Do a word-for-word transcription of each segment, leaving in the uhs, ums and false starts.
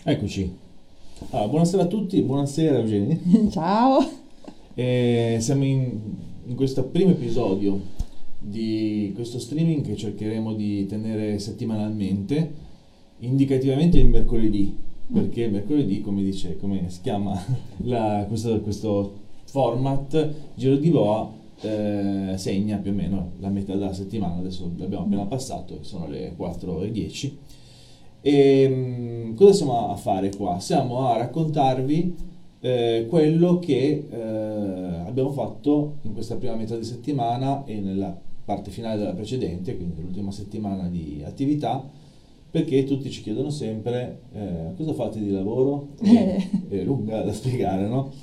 Eccoci. Allora, buonasera a tutti, buonasera Eugeni. Ciao. Eh, siamo in, in questo primo episodio di questo streaming che cercheremo di tenere settimanalmente, indicativamente il mercoledì, perché il mercoledì, come dice, come si chiama la- questo, questo format, Giro di Boa, eh, segna più o meno la metà della settimana. Adesso l'abbiamo appena passato, sono le quattro e dieci. E mm, cosa siamo a fare qua? Siamo a raccontarvi eh, quello che eh, abbiamo fatto in questa prima metà di settimana e nella parte finale della precedente, quindi l'ultima settimana di attività, perché tutti ci chiedono sempre eh, cosa fate di lavoro? E, è lunga da spiegare, no?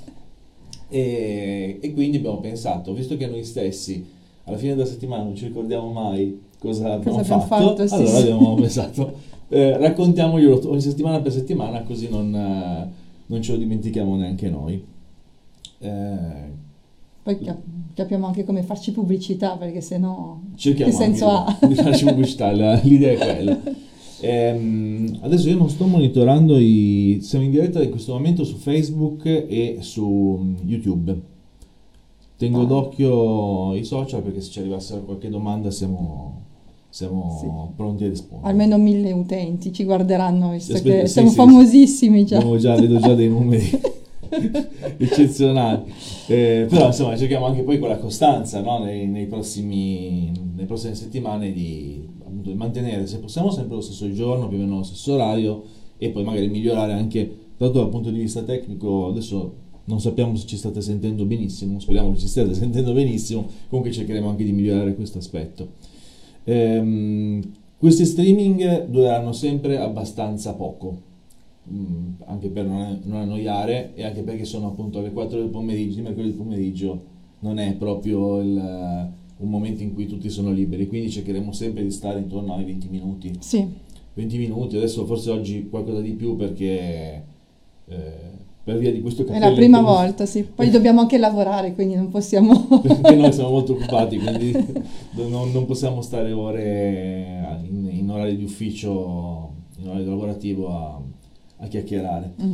E, e quindi abbiamo pensato, visto che noi stessi alla fine della settimana non ci ricordiamo mai cosa abbiamo Cosa abbiamo fatto, fatto? Sì, allora sì. abbiamo pensato, eh, raccontiamoglielo ogni settimana per settimana, così non, eh, non ce lo dimentichiamo neanche noi. Eh, Poi cap- capiamo anche come farci pubblicità, perché sennò che cerchiamo senso ha? anche di, di farci pubblicità, la- l'idea è quella. Ehm, adesso io non sto monitorando i... Siamo in diretta in questo momento su Facebook e su mm, YouTube. Tengo Ah, d'occhio i social perché se ci arrivasse qualche domanda siamo, sì. siamo pronti a rispondere. Almeno mille utenti ci guarderanno, visto Aspe- che sì, siamo sì, famosissimi già. abbiamo già, vedo già dei numeri eccezionali. Eh, però insomma cerchiamo anche poi con la costanza, no, nei, nei prossimi, nelle prossime settimane di, appunto, di mantenere, se possiamo, sempre lo stesso giorno, più o meno lo stesso orario, e poi magari migliorare anche, tanto dal punto di vista tecnico. Adesso non sappiamo se ci state sentendo benissimo, speriamo che ci stiate sentendo benissimo, comunque cercheremo anche di migliorare questo aspetto. Ehm, questi streaming dureranno sempre abbastanza poco, mm, anche per non, non annoiare, e anche perché sono appunto alle quattro del pomeriggio, di mercoledì pomeriggio non è proprio il- un momento in cui tutti sono liberi, quindi cercheremo sempre di stare intorno ai venti minuti. Sì, venti minuti, adesso forse oggi qualcosa di più perché eh, per via di questo è caffè la prima lento, volta, sì. Poi dobbiamo anche lavorare, quindi non possiamo... perché noi siamo molto occupati, quindi non, non possiamo stare ore in, in orario di ufficio, in orario lavorativo a, a chiacchierare. Mm.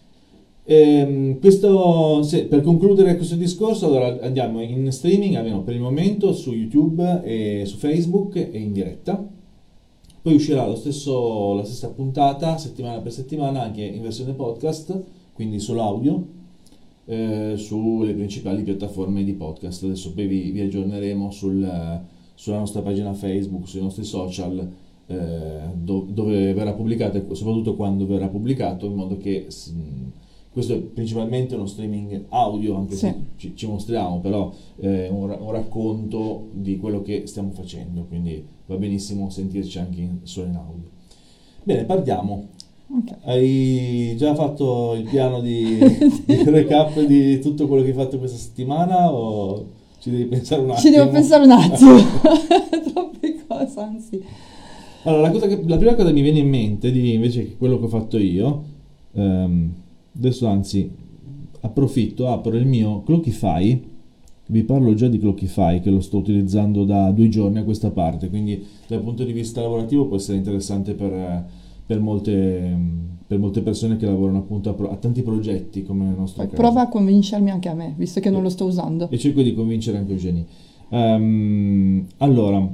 Ehm, questo, se- per concludere questo discorso, allora andiamo in streaming, almeno per il momento, su YouTube e su Facebook e in diretta. Poi uscirà lo stesso, la stessa puntata, settimana per settimana, anche in versione podcast, quindi solo audio, eh, sulle principali piattaforme di podcast. Adesso poi vi, vi aggiorneremo sul- sulla nostra pagina Facebook, sui nostri social, eh, do- dove verrà pubblicato e soprattutto quando verrà pubblicato, in modo che s- questo è principalmente uno streaming audio, anche Sì. se ci, ci mostriamo, però è un, ra- un racconto di quello che stiamo facendo, quindi va benissimo sentirci anche in- solo in audio. Bene, partiamo. Ok. Hai già fatto il piano di, di recap di tutto quello che hai fatto questa settimana o ci devi pensare un Ci attimo? devo pensare un attimo. Troppe cose, anzi. Allora, la, cosa che- la prima cosa che mi viene in mente di invece che quello che ho fatto io, ehm, adesso anzi approfitto, apro il mio Clockify, vi parlo già di Clockify che lo sto utilizzando da due giorni a questa parte, quindi dal punto di vista lavorativo può essere interessante per, eh, per molte, per molte persone che lavorano appunto a, pro- a tanti progetti come nel nostro Poi caso. prova a convincermi anche a me, visto che non lo sto usando. E cerco di convincere anche Eugenie. Ehm, allora,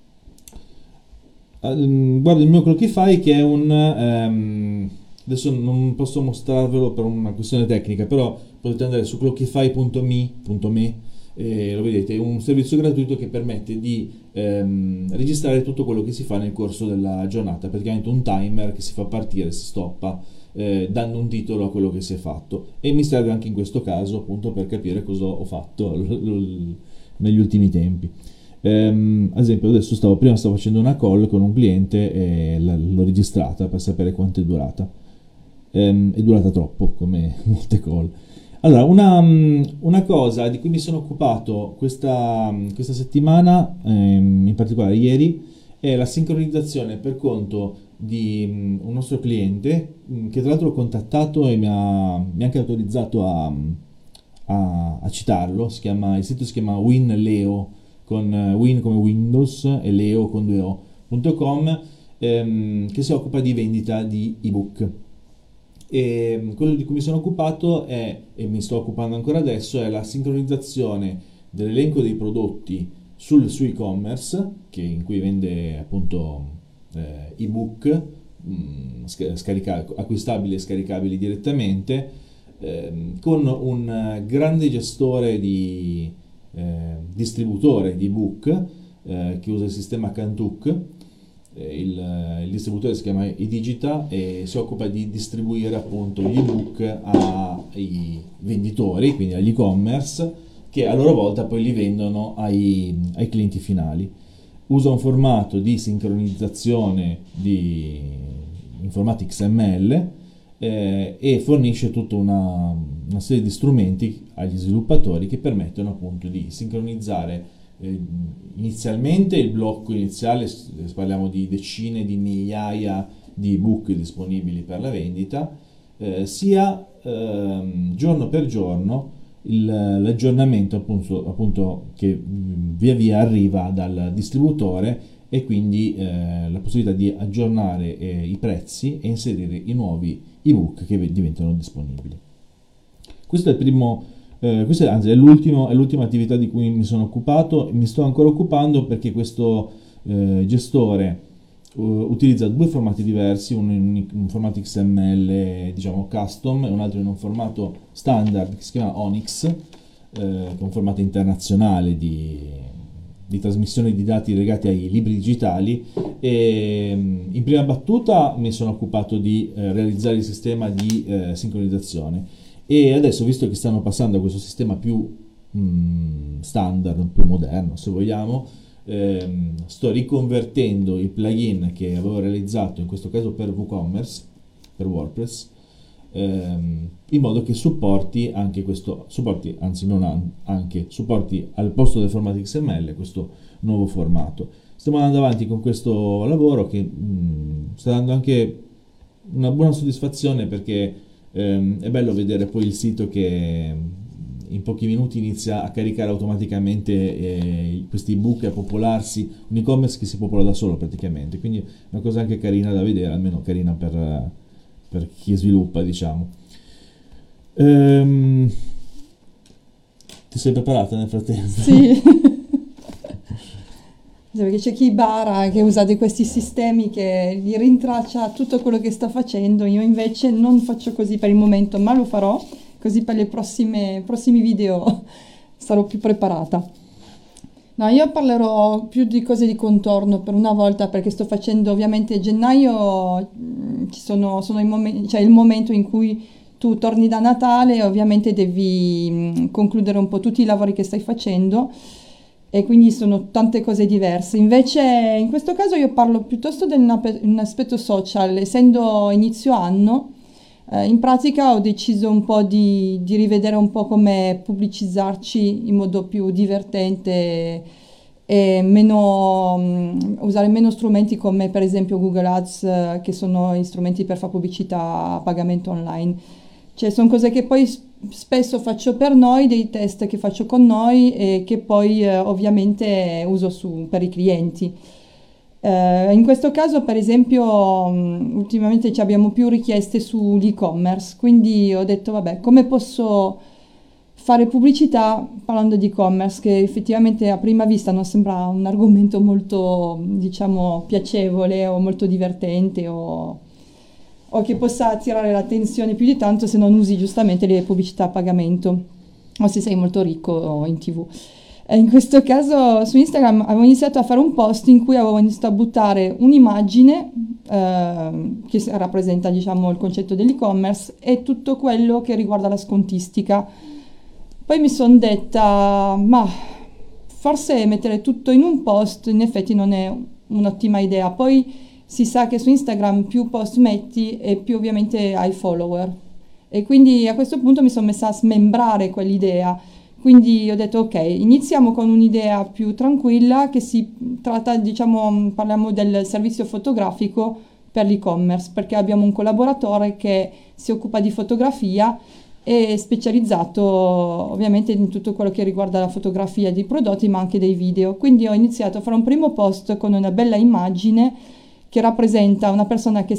ehm, guarda il mio Clockify che è un... ehm, adesso non posso mostrarvelo per una questione tecnica, però potete andare su clockify punto me, punto me, e lo vedete, è un servizio gratuito che permette di ehm, registrare tutto quello che si fa nel corso della giornata, praticamente un timer che si fa partire, si stoppa, eh, dando un titolo a quello che si è fatto, e mi serve anche in questo caso appunto per capire cosa ho fatto l- l- negli ultimi tempi. Ehm, ad esempio adesso stavo, prima stavo facendo una call con un cliente e la- l'ho registrata per sapere quanto è durata. Ehm, è durata troppo come molte call. Allora, una, mm, una cosa di cui mi sono occupato questa, mm, questa settimana, ehm, in particolare ieri, è la sincronizzazione per conto di mm, un nostro cliente, mm, che tra l'altro ho contattato e mi ha, mi ha anche autorizzato a, a- a citarlo. Si chiama, il sito si chiama WinLeo, con eh, Win come Windows e Leo con due O punto com, ehm, che si occupa di vendita di ebook. E quello di cui mi sono occupato è, e mi sto occupando ancora adesso, è la sincronizzazione dell'elenco dei prodotti sul suo e-commerce, che in cui vende appunto eh, ebook mh, scarica- acquistabili e scaricabili direttamente, ehm, con un grande gestore di eh, distributore di ebook eh, che usa il sistema Kantuk. Eh, il, il distributore si chiama Edigita e si occupa di distribuire appunto gli ebook ai venditori, quindi agli e-commerce, che a loro volta poi li vendono ai, ai clienti finali. Usa un formato di sincronizzazione di, in formato X M L eh, e fornisce tutta una, una serie di strumenti agli sviluppatori che permettono appunto di sincronizzare eh, inizialmente il blocco iniziale, parliamo di decine di migliaia di ebook disponibili per la vendita, eh, sia ehm, giorno per giorno il, l'aggiornamento appunto, appunto che via via arriva dal distributore e quindi eh, la possibilità di aggiornare eh, i prezzi e inserire i nuovi ebook che diventano disponibili. Questo è il primo, eh, questo è, anzi è, l'ultimo, è l'ultima attività di cui mi sono occupato e mi sto ancora occupando perché questo eh, gestore uh, utilizza due formati diversi, uno in un formato X M L diciamo custom e un altro in un formato standard che si chiama Onyx, eh, che è un formato internazionale di, di trasmissione di dati legati ai libri digitali. E in prima battuta mi sono occupato di eh, realizzare il sistema di eh, sincronizzazione e adesso, visto che stanno passando a questo sistema più mh, standard, più moderno se vogliamo, ehm, sto riconvertendo il plugin che avevo realizzato in questo caso per WooCommerce, per WordPress, ehm, in modo che supporti anche questo, supporti, anzi non an- anche, supporti al posto del formato X M L questo nuovo formato. Stiamo andando avanti con questo lavoro che mh, sta dando anche una buona soddisfazione perché ehm, è bello vedere poi il sito che in pochi minuti inizia a caricare automaticamente eh, questi ebook e a popolarsi, un e-commerce che si popola da solo praticamente, quindi è una cosa anche carina da vedere, almeno carina per, per chi sviluppa, diciamo. Ehm, ti sei preparata nel frattempo? Sì. Perché c'è chi bara, che usa di questi sistemi che gli rintraccia tutto quello che sta facendo. Io invece non faccio così per il momento, ma lo farò, così per le prossime prossimi video sarò più preparata. No, io parlerò più di cose di contorno per una volta, perché sto facendo ovviamente gennaio, ci sono, sono i momenti, cioè il momento in cui tu torni da Natale e ovviamente devi mh, concludere un po' tutti i lavori che stai facendo. E quindi sono tante cose diverse. Invece in questo caso io parlo piuttosto di un aspetto social, essendo inizio anno, eh, in pratica ho deciso un po' di, di rivedere un po' come pubblicizzarci in modo più divertente e meno, mh, usare meno strumenti come per esempio Google Ads, eh, che sono gli strumenti per fare pubblicità a pagamento online. Cioè sono cose che poi spesso faccio per noi, dei test che faccio con noi e che poi eh, ovviamente uso su, per i clienti. Eh, in questo caso per esempio mh, ultimamente ci abbiamo più richieste sull'e-commerce, quindi ho detto vabbè, come posso fare pubblicità parlando di e-commerce, che effettivamente a prima vista non sembra un argomento molto, diciamo, piacevole o molto divertente o o che possa attirare l'attenzione più di tanto se non usi giustamente le pubblicità a pagamento o se sei molto ricco in tv. E in questo caso su Instagram avevo iniziato a fare un post in cui avevo iniziato a buttare un'immagine eh, che rappresenta, diciamo, il concetto dell'e-commerce e tutto quello che riguarda la scontistica. Poi mi sono detta, ma forse mettere tutto in un post in effetti non è un'ottima idea. Poi si sa che su Instagram più post metti e più ovviamente hai follower, e quindi a questo punto mi sono messa a smembrare quell'idea. Quindi ho detto ok, iniziamo con un'idea più tranquilla che si tratta, diciamo, parliamo del servizio fotografico per l'e-commerce, perché abbiamo un collaboratore che si occupa di fotografia e specializzato ovviamente in tutto quello che riguarda la fotografia di prodotti ma anche dei video. Quindi ho iniziato a fare un primo post con una bella immagine che rappresenta una persona che sta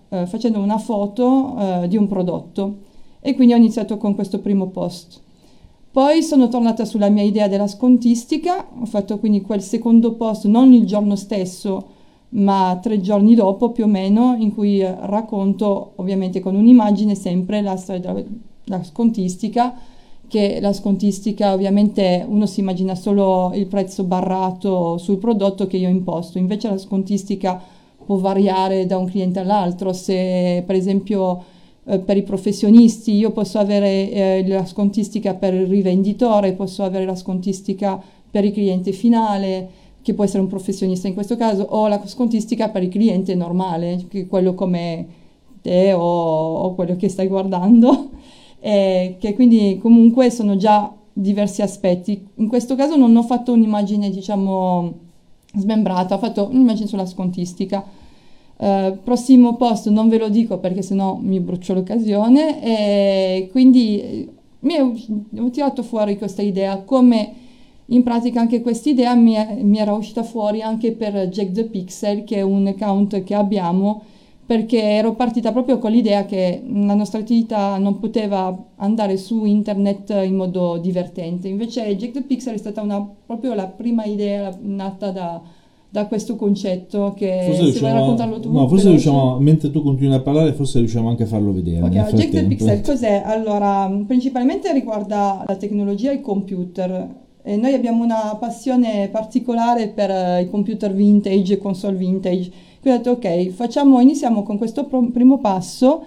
eh, facendo una foto eh, di un prodotto e quindi ho iniziato con questo primo post. Poi sono tornata sulla mia idea della scontistica, ho fatto quindi quel secondo post non il giorno stesso, ma tre giorni dopo più o meno, in cui racconto ovviamente con un'immagine sempre la storia della la scontistica, che la scontistica ovviamente uno si immagina solo il prezzo barrato sul prodotto che io imposto, invece la scontistica può variare da un cliente all'altro. Se per esempio eh, per i professionisti io posso avere eh, la scontistica per il rivenditore, posso avere la scontistica per il cliente finale, che può essere un professionista in questo caso, o la scontistica per il cliente normale, che è quello come te o, o quello che stai guardando, e che quindi comunque sono già diversi aspetti. In questo caso non ho fatto un'immagine, diciamo, smembrata, ho fatto un'immagine sulla scontistica. Uh, prossimo post non ve lo dico perché sennò mi brucio l'occasione, e quindi mi è, ho tirato fuori questa idea, come in pratica anche questa idea mi, è, mi era uscita fuori anche per Jack the Pixel, che è un account che abbiamo, perché ero partita proprio con l'idea che la nostra attività non poteva andare su internet in modo divertente. Invece Jack the Pixel è stata una, proprio la prima idea nata da, da questo concetto, che forse se vuoi raccontarlo tu. No, forse riusciamo, mentre tu continui a parlare, forse riusciamo anche a farlo vedere. Ok, nel Jack the frattempo. Pixel cos'è? Allora, principalmente riguarda la tecnologia e i computer. E noi abbiamo una passione particolare per uh, i computer vintage e console vintage. Quindi ho detto ok, facciamo, iniziamo con questo pr- primo passo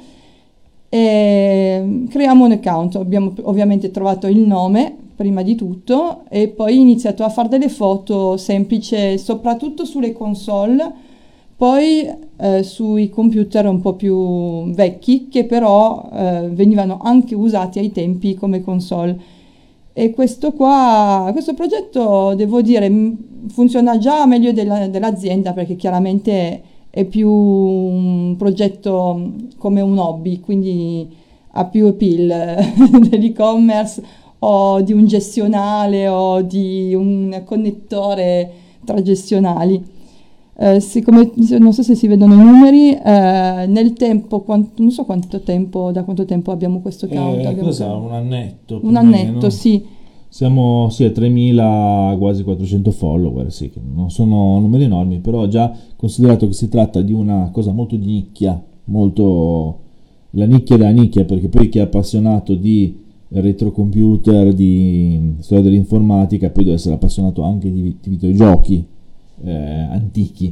e creiamo un account. Abbiamo ovviamente trovato il nome prima di tutto e poi iniziato a fare delle foto semplici, soprattutto sulle console, poi eh, sui computer un po' più vecchi, che però eh, venivano anche usati ai tempi come console. E questo qua, questo progetto, devo dire, funziona già meglio della, dell'azienda, perché chiaramente è più un progetto come un hobby, quindi ha più appeal dell'e-commerce o di un gestionale o di un connettore tra gestionali. Eh, siccome, non so se si vedono i numeri, eh, nel tempo, quanto, non so quanto tempo, da quanto tempo abbiamo questo account? Eh, abbiamo cosa? Un annetto? Un annetto, sì. Siamo sì, a tremila, quasi quattrocento follower, sì, che non sono numeri enormi, però già considerato che si tratta di una cosa molto di nicchia, molto la nicchia della nicchia, perché poi chi è appassionato di retrocomputer, di storia dell'informatica, poi deve essere appassionato anche di, di videogiochi eh, antichi,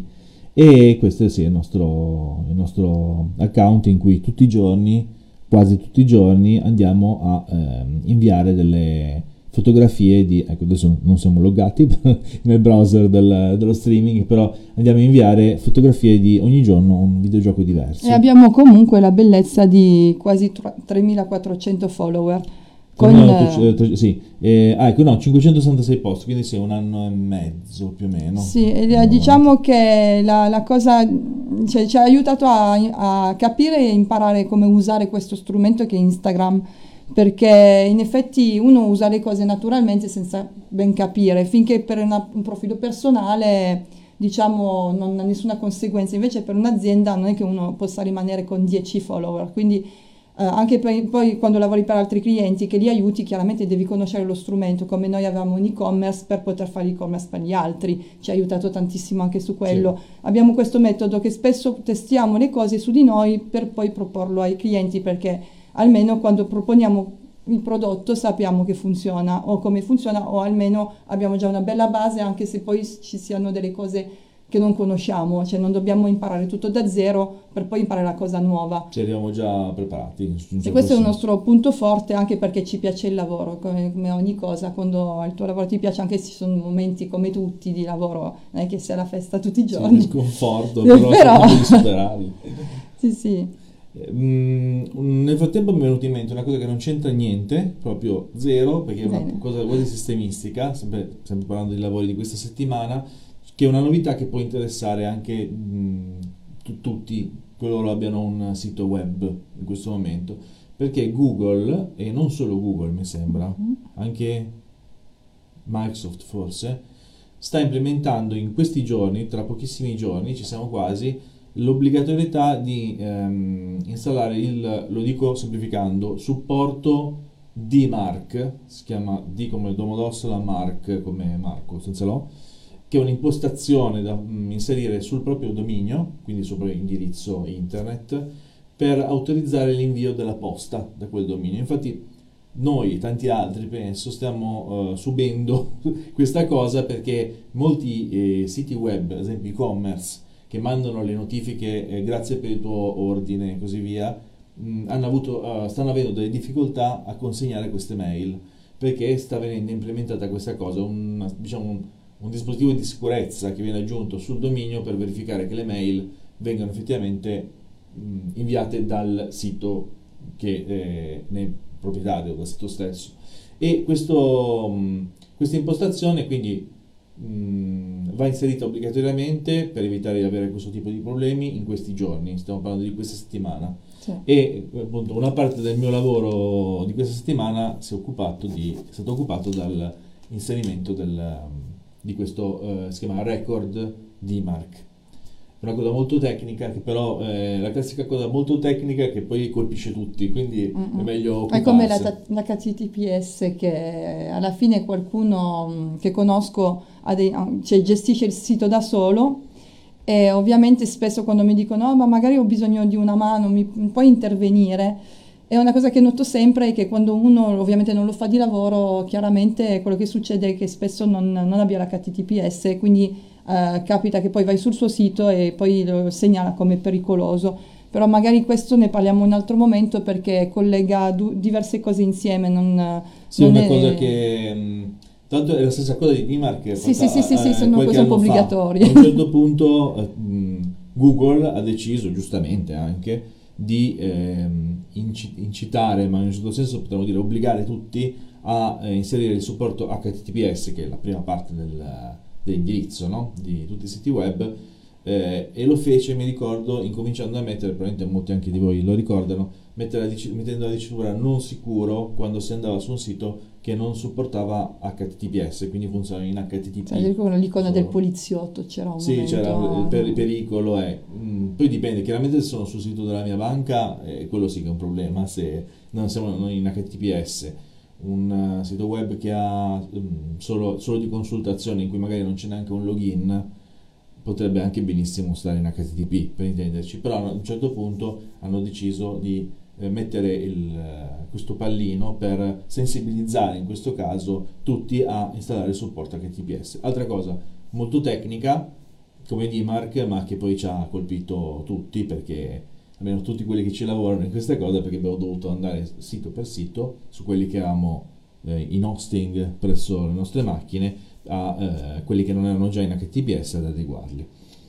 e questo sì, è il nostro, il nostro account in cui tutti i giorni, quasi tutti i giorni, andiamo a eh, inviare delle fotografie di, ecco adesso non siamo loggati nel browser del, dello streaming, però andiamo a inviare fotografie di ogni giorno un videogioco diverso. E abbiamo comunque la bellezza di quasi tremilaquattrocento follower. Con, tremilaottocento, sì, eh, ah, ecco, no, cinquecentosessantasei post, quindi sì, un anno e mezzo più o meno. Sì, no, diciamo che la, la cosa, cioè, ci ha aiutato a, a capire e imparare come usare questo strumento che è Instagram, perché in effetti uno usa le cose naturalmente senza ben capire, finché per una, un profilo personale, diciamo, non ha nessuna conseguenza. Invece per un'azienda non è che uno possa rimanere con dieci follower, quindi Uh, anche per, poi quando lavori per altri clienti che li aiuti, chiaramente devi conoscere lo strumento, come noi avevamo un e-commerce per poter fare e-commerce per gli altri, ci ha aiutato tantissimo anche su quello. Sì. Abbiamo questo metodo che spesso testiamo le cose su di noi per poi proporlo ai clienti, perché almeno quando proponiamo il prodotto sappiamo che funziona o come funziona, o almeno abbiamo già una bella base, anche se poi ci siano delle cose che non conosciamo, cioè non dobbiamo imparare tutto da zero per poi imparare la cosa nuova. Ci eravamo già preparati. E questo è il nostro punto forte, anche perché ci piace il lavoro, come, come ogni cosa. Quando il tuo lavoro ti piace, anche se ci sono momenti come tutti di lavoro, non è che sia la festa tutti i giorni. Sì, sconforto, però, però... devi superarli. Sì, sì. Mm, nel frattempo mi è venuta in mente una cosa che non c'entra niente, proprio zero, perché è una Bene. cosa quasi sistemistica, sempre, sempre parlando di lavori di questa settimana, che è una novità che può interessare anche mh, t- tutti coloro che abbiano un sito web in questo momento, perché Google, e non solo Google mi sembra, mm-hmm. anche Microsoft forse, sta implementando in questi giorni, tra pochissimi giorni, ci siamo quasi, l'obbligatorietà di ehm, installare il, lo dico semplificando, supporto D Mark, si chiama D come Domodossola, Mark come Marco, senza l'O, che è un'impostazione da mm, inserire sul proprio dominio, quindi sul proprio indirizzo internet, per autorizzare l'invio della posta da quel dominio. Infatti noi e tanti altri, penso, stiamo uh, subendo questa cosa perché molti eh, siti web, ad esempio e-commerce, che mandano le notifiche eh, grazie per il tuo ordine e così via, mh, hanno avuto, uh, stanno avendo delle difficoltà a consegnare queste mail perché sta venendo implementata questa cosa, un, diciamo un, un dispositivo di sicurezza che viene aggiunto sul dominio per verificare che le mail vengano effettivamente mh, inviate dal sito che eh, ne è proprietario, dal sito stesso. E questo, mh, questa impostazione quindi mh, va inserita obbligatoriamente per evitare di avere questo tipo di problemi in questi giorni, stiamo parlando di questa settimana. Sì. E appunto una parte del mio lavoro di questa settimana si è, occupato di, è stato occupato dall'inserimento del, di questo eh, si chiama record D Mark. È una cosa molto tecnica, che però è la classica cosa molto tecnica che poi colpisce tutti, quindi Mm-mm. è meglio occuparsi. È come la, l'H T T P S, che alla fine qualcuno che conosco ha dei, cioè, gestisce il sito da solo, e ovviamente spesso quando mi dicono oh, ma magari ho bisogno di una mano, mi puoi intervenire? È una cosa che noto sempre, è che quando uno ovviamente non lo fa di lavoro, chiaramente quello che succede è che spesso non, non abbia l'H T T P S, quindi Uh, capita che poi vai sul suo sito e poi lo segnala come pericoloso, però magari questo ne parliamo in un altro momento perché collega du- diverse cose insieme. Non, sì, non una è... cosa che mh, tanto è la stessa cosa di Dimar che sì, sì, sì, sì, sì, eh, sono cose un po' obbligatorie. A un certo punto eh, mh, Google ha deciso, giustamente anche, di eh, inci- incitare, ma in un certo senso potremmo dire obbligare tutti a eh, inserire il supporto H T T P S, che è la prima parte del dell'indirizzo, no? Di tutti i siti web, eh, e lo fece, mi ricordo, incominciando a mettere, probabilmente molti anche di voi lo ricordano, mettere la dic- mettendo la dicitura non sicuro quando si andava su un sito che non supportava H T T P S, quindi funzionava in H T T P. Cioè, l'icona solo del poliziotto c'era un sì, momento, c'era il, per, il pericolo, è. Mm, poi dipende, chiaramente se sono sul sito della mia banca, eh, quello sì che è un problema, se non siamo in H T T P S. Un uh, sito web che ha um, solo, solo di consultazione, in cui magari non c'è neanche un login, potrebbe anche benissimo stare in H T T P, per intenderci, però a un certo punto hanno deciso di eh, mettere il, uh, questo pallino per sensibilizzare in questo caso tutti a installare il supporto H T T P S. Altra cosa molto tecnica come D Mark, ma che poi ci ha colpito tutti, perché almeno tutti quelli che ci lavorano in questa cosa, perché abbiamo dovuto andare sito per sito su quelli che avevamo eh, in hosting presso le nostre macchine, a eh, quelli che non erano già in H T T P S, ad adeguarli.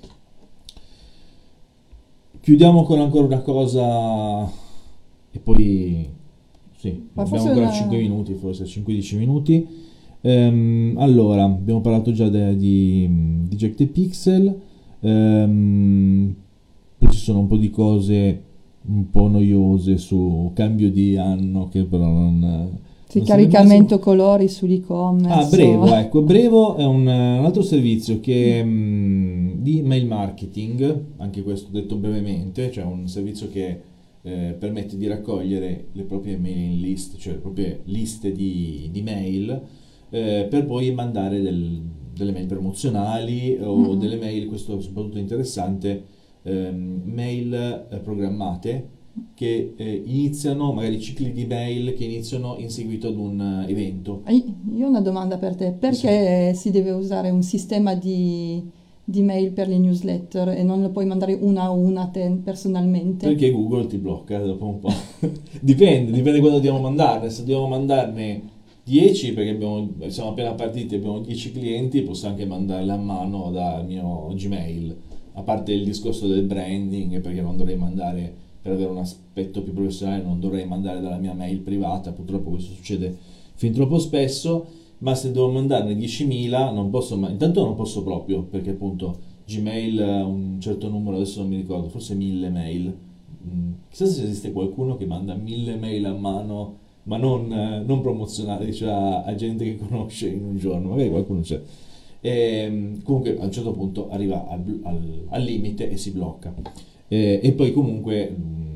Chiudiamo con ancora una cosa e poi sì, ma abbiamo ancora una... cinque minuti, forse cinque dieci minuti. Ehm, allora, abbiamo parlato già de, di, di Jack the Pixel. Ehm, Poi ci sono un po' di cose un po' noiose su cambio di anno, che però non... Sì, non caricamento colori sull'e-commerce. Ah, Brevo, ecco, Brevo è un, un altro servizio che mh, di mail marketing, anche questo detto brevemente, cioè un servizio che eh, permette di raccogliere le proprie mailing list, cioè le proprie liste di, di mail, eh, per poi mandare del, delle mail promozionali o mm-hmm. delle mail, questo è soprattutto interessante, Ehm, mail eh, programmate che eh, iniziano, magari cicli di mail che iniziano in seguito ad un uh, evento. Io ho una domanda per te: perché sì. si deve usare un sistema di, di mail per le newsletter e non lo puoi mandare una a una a te personalmente? Perché Google ti blocca dopo un po'. dipende, dipende quando dobbiamo mandarne. Se dobbiamo mandarne dieci, perché abbiamo, siamo appena partiti, abbiamo dieci clienti, posso anche mandarle a mano dal mio Gmail. A parte il discorso del branding, perché non dovrei mandare, per avere un aspetto più professionale, non dovrei mandare dalla mia mail privata, purtroppo questo succede fin troppo spesso, ma se devo mandarne diecimila, non posso, ma intanto non posso proprio, perché appunto Gmail ha un certo numero, adesso non mi ricordo, forse mille mail. Mm, chissà se esiste qualcuno che manda mille mail a mano, ma non, eh, non promozionali, cioè a, a gente che conosce in un giorno, magari qualcuno c'è. E, comunque a un certo punto arriva al, al- al limite e si blocca. E, e poi comunque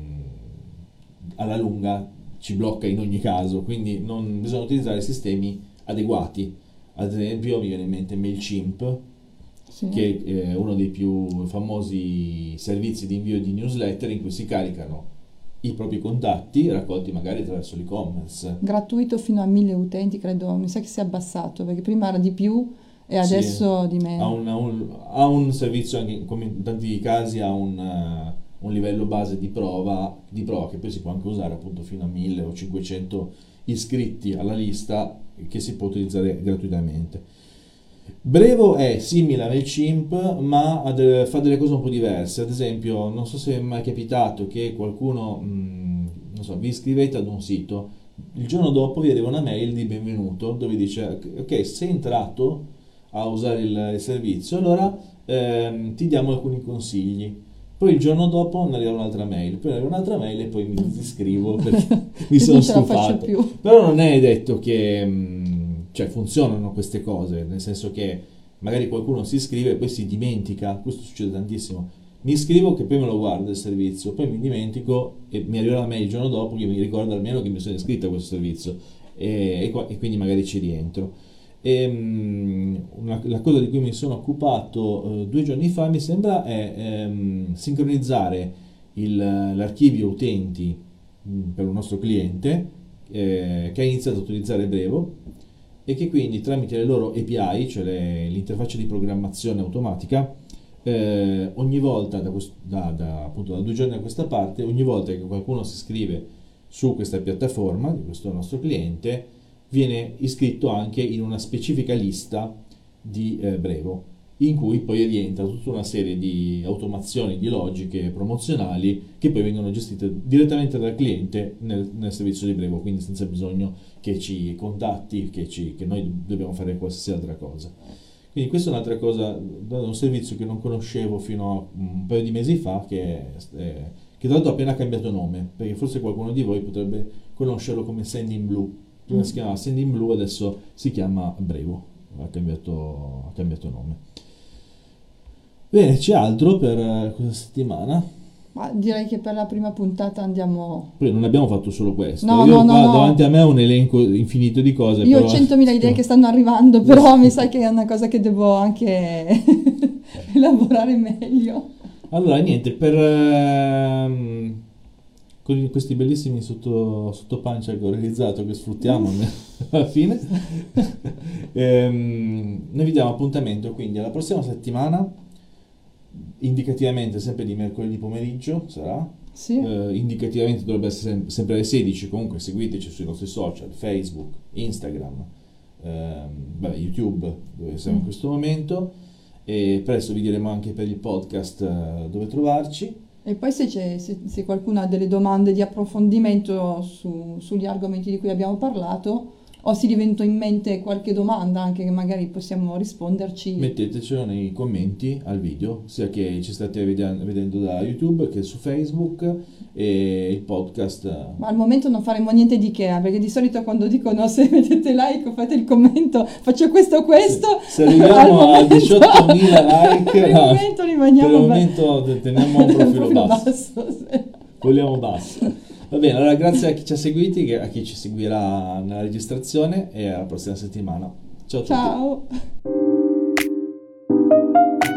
mh, alla lunga ci blocca in ogni caso, quindi non bisogna utilizzare sistemi adeguati. Ad esempio mi viene in mente MailChimp, Sì. che è uno dei più famosi servizi di invio di newsletter in cui si caricano i propri contatti raccolti magari attraverso l'e-commerce. Gratuito fino a mille utenti, credo, mi sa che si è abbassato, perché prima era di più e Sì, adesso di ha meno. un, ha un- ha un servizio anche, come in tanti casi, ha un, eh, un livello base di prova, di prova che poi si può anche usare appunto fino a mille o cinquecento iscritti alla lista che si può utilizzare gratuitamente. Brevo è simile a MailChimp, ma ha de- fa delle cose un po' diverse. Ad esempio, non so se è mai capitato che qualcuno, mh, non so, vi iscrivete ad un sito, il giorno dopo vi arriva una mail di benvenuto dove dice: ok, sei entrato a usare il, il servizio, allora ehm, ti diamo alcuni consigli. Poi il giorno dopo ne arriva un'altra mail, poi arriva un'altra mail e poi mi disiscrivo perché mi sono Non ce la faccio stufato. più. Però non è detto che mh, cioè, funzionano queste cose, nel senso che magari qualcuno si iscrive e poi si dimentica, questo succede tantissimo. Mi iscrivo che poi me lo guardo il servizio, poi mi dimentico e mi arriva la mail il giorno dopo che mi ricorda almeno che mi sono iscritto a questo servizio e, e qua- e quindi magari ci rientro. E, mh, una- la cosa di cui mi sono occupato eh, due giorni fa mi sembra è ehm, sincronizzare il- l'archivio utenti mh, per un nostro cliente eh, che ha iniziato a utilizzare Brevo e che quindi tramite le loro A P I, cioè le- l'interfaccia di programmazione automatica, eh, ogni volta da, quest- da- da- appunto da due giorni a questa parte, ogni volta che qualcuno si iscrive su questa piattaforma di questo nostro cliente, viene iscritto anche in una specifica lista di eh, Brevo, in cui poi rientra tutta una serie di automazioni, di logiche promozionali che poi vengono gestite direttamente dal cliente nel, nel servizio di Brevo, quindi senza bisogno che ci contatti, che, ci, che noi dobbiamo fare qualsiasi altra cosa. Quindi questa è un'altra cosa, un servizio che non conoscevo fino a un paio di mesi fa, che, è, è- che tra l'altro ha appena cambiato nome, perché forse qualcuno di voi potrebbe conoscerlo come Sendinblue. Prima si chiamava Sendinblue, adesso si chiama Brevo, ha cambiato, ha cambiato nome. Bene, c'è altro per eh, questa settimana? Ma direi che per la prima puntata andiamo... Poi non abbiamo fatto solo questo. No, Io no, no, qua no. davanti a me ho un elenco infinito di cose. Io ho però- centomila idee che stanno arrivando, però mi sa che è una cosa che devo anche elaborare meglio. Allora, niente, per ehm, con questi bellissimi sotto, sottopancia che ho realizzato, che sfruttiamo alla fine, ehm, noi vi diamo appuntamento quindi alla prossima settimana, indicativamente sempre di mercoledì pomeriggio sarà. Sì. Eh, indicativamente dovrebbe essere sem- sempre alle sedici. Comunque seguiteci sui nostri social, Facebook, Instagram, ehm, vabbè, YouTube, dove siamo in Mm. questo momento, e presto vi diremo anche per il podcast eh, dove trovarci. E poi se, c'è, se, se qualcuno ha delle domande di approfondimento su- sugli argomenti di cui abbiamo parlato, o si diventa in mente qualche domanda anche che magari possiamo risponderci. Mettetecelo nei commenti al video, sia che ci state vede- vedendo da YouTube che su Facebook, e il podcast. eh, Ma al momento non faremo niente di che, perché di solito quando dicono se mettete like o fate il commento, faccio questo o questo. Se arriviamo al a momento- diciottomila like, per il no, momento per rimaniamo il ba- momento teniamo un profilo profilo basso. basso, sì. Vogliamo basso. Va bene, allora grazie a chi ci ha seguiti, che- a chi ci seguirà nella registrazione, e alla prossima settimana. Ciao a tutti. Ciao.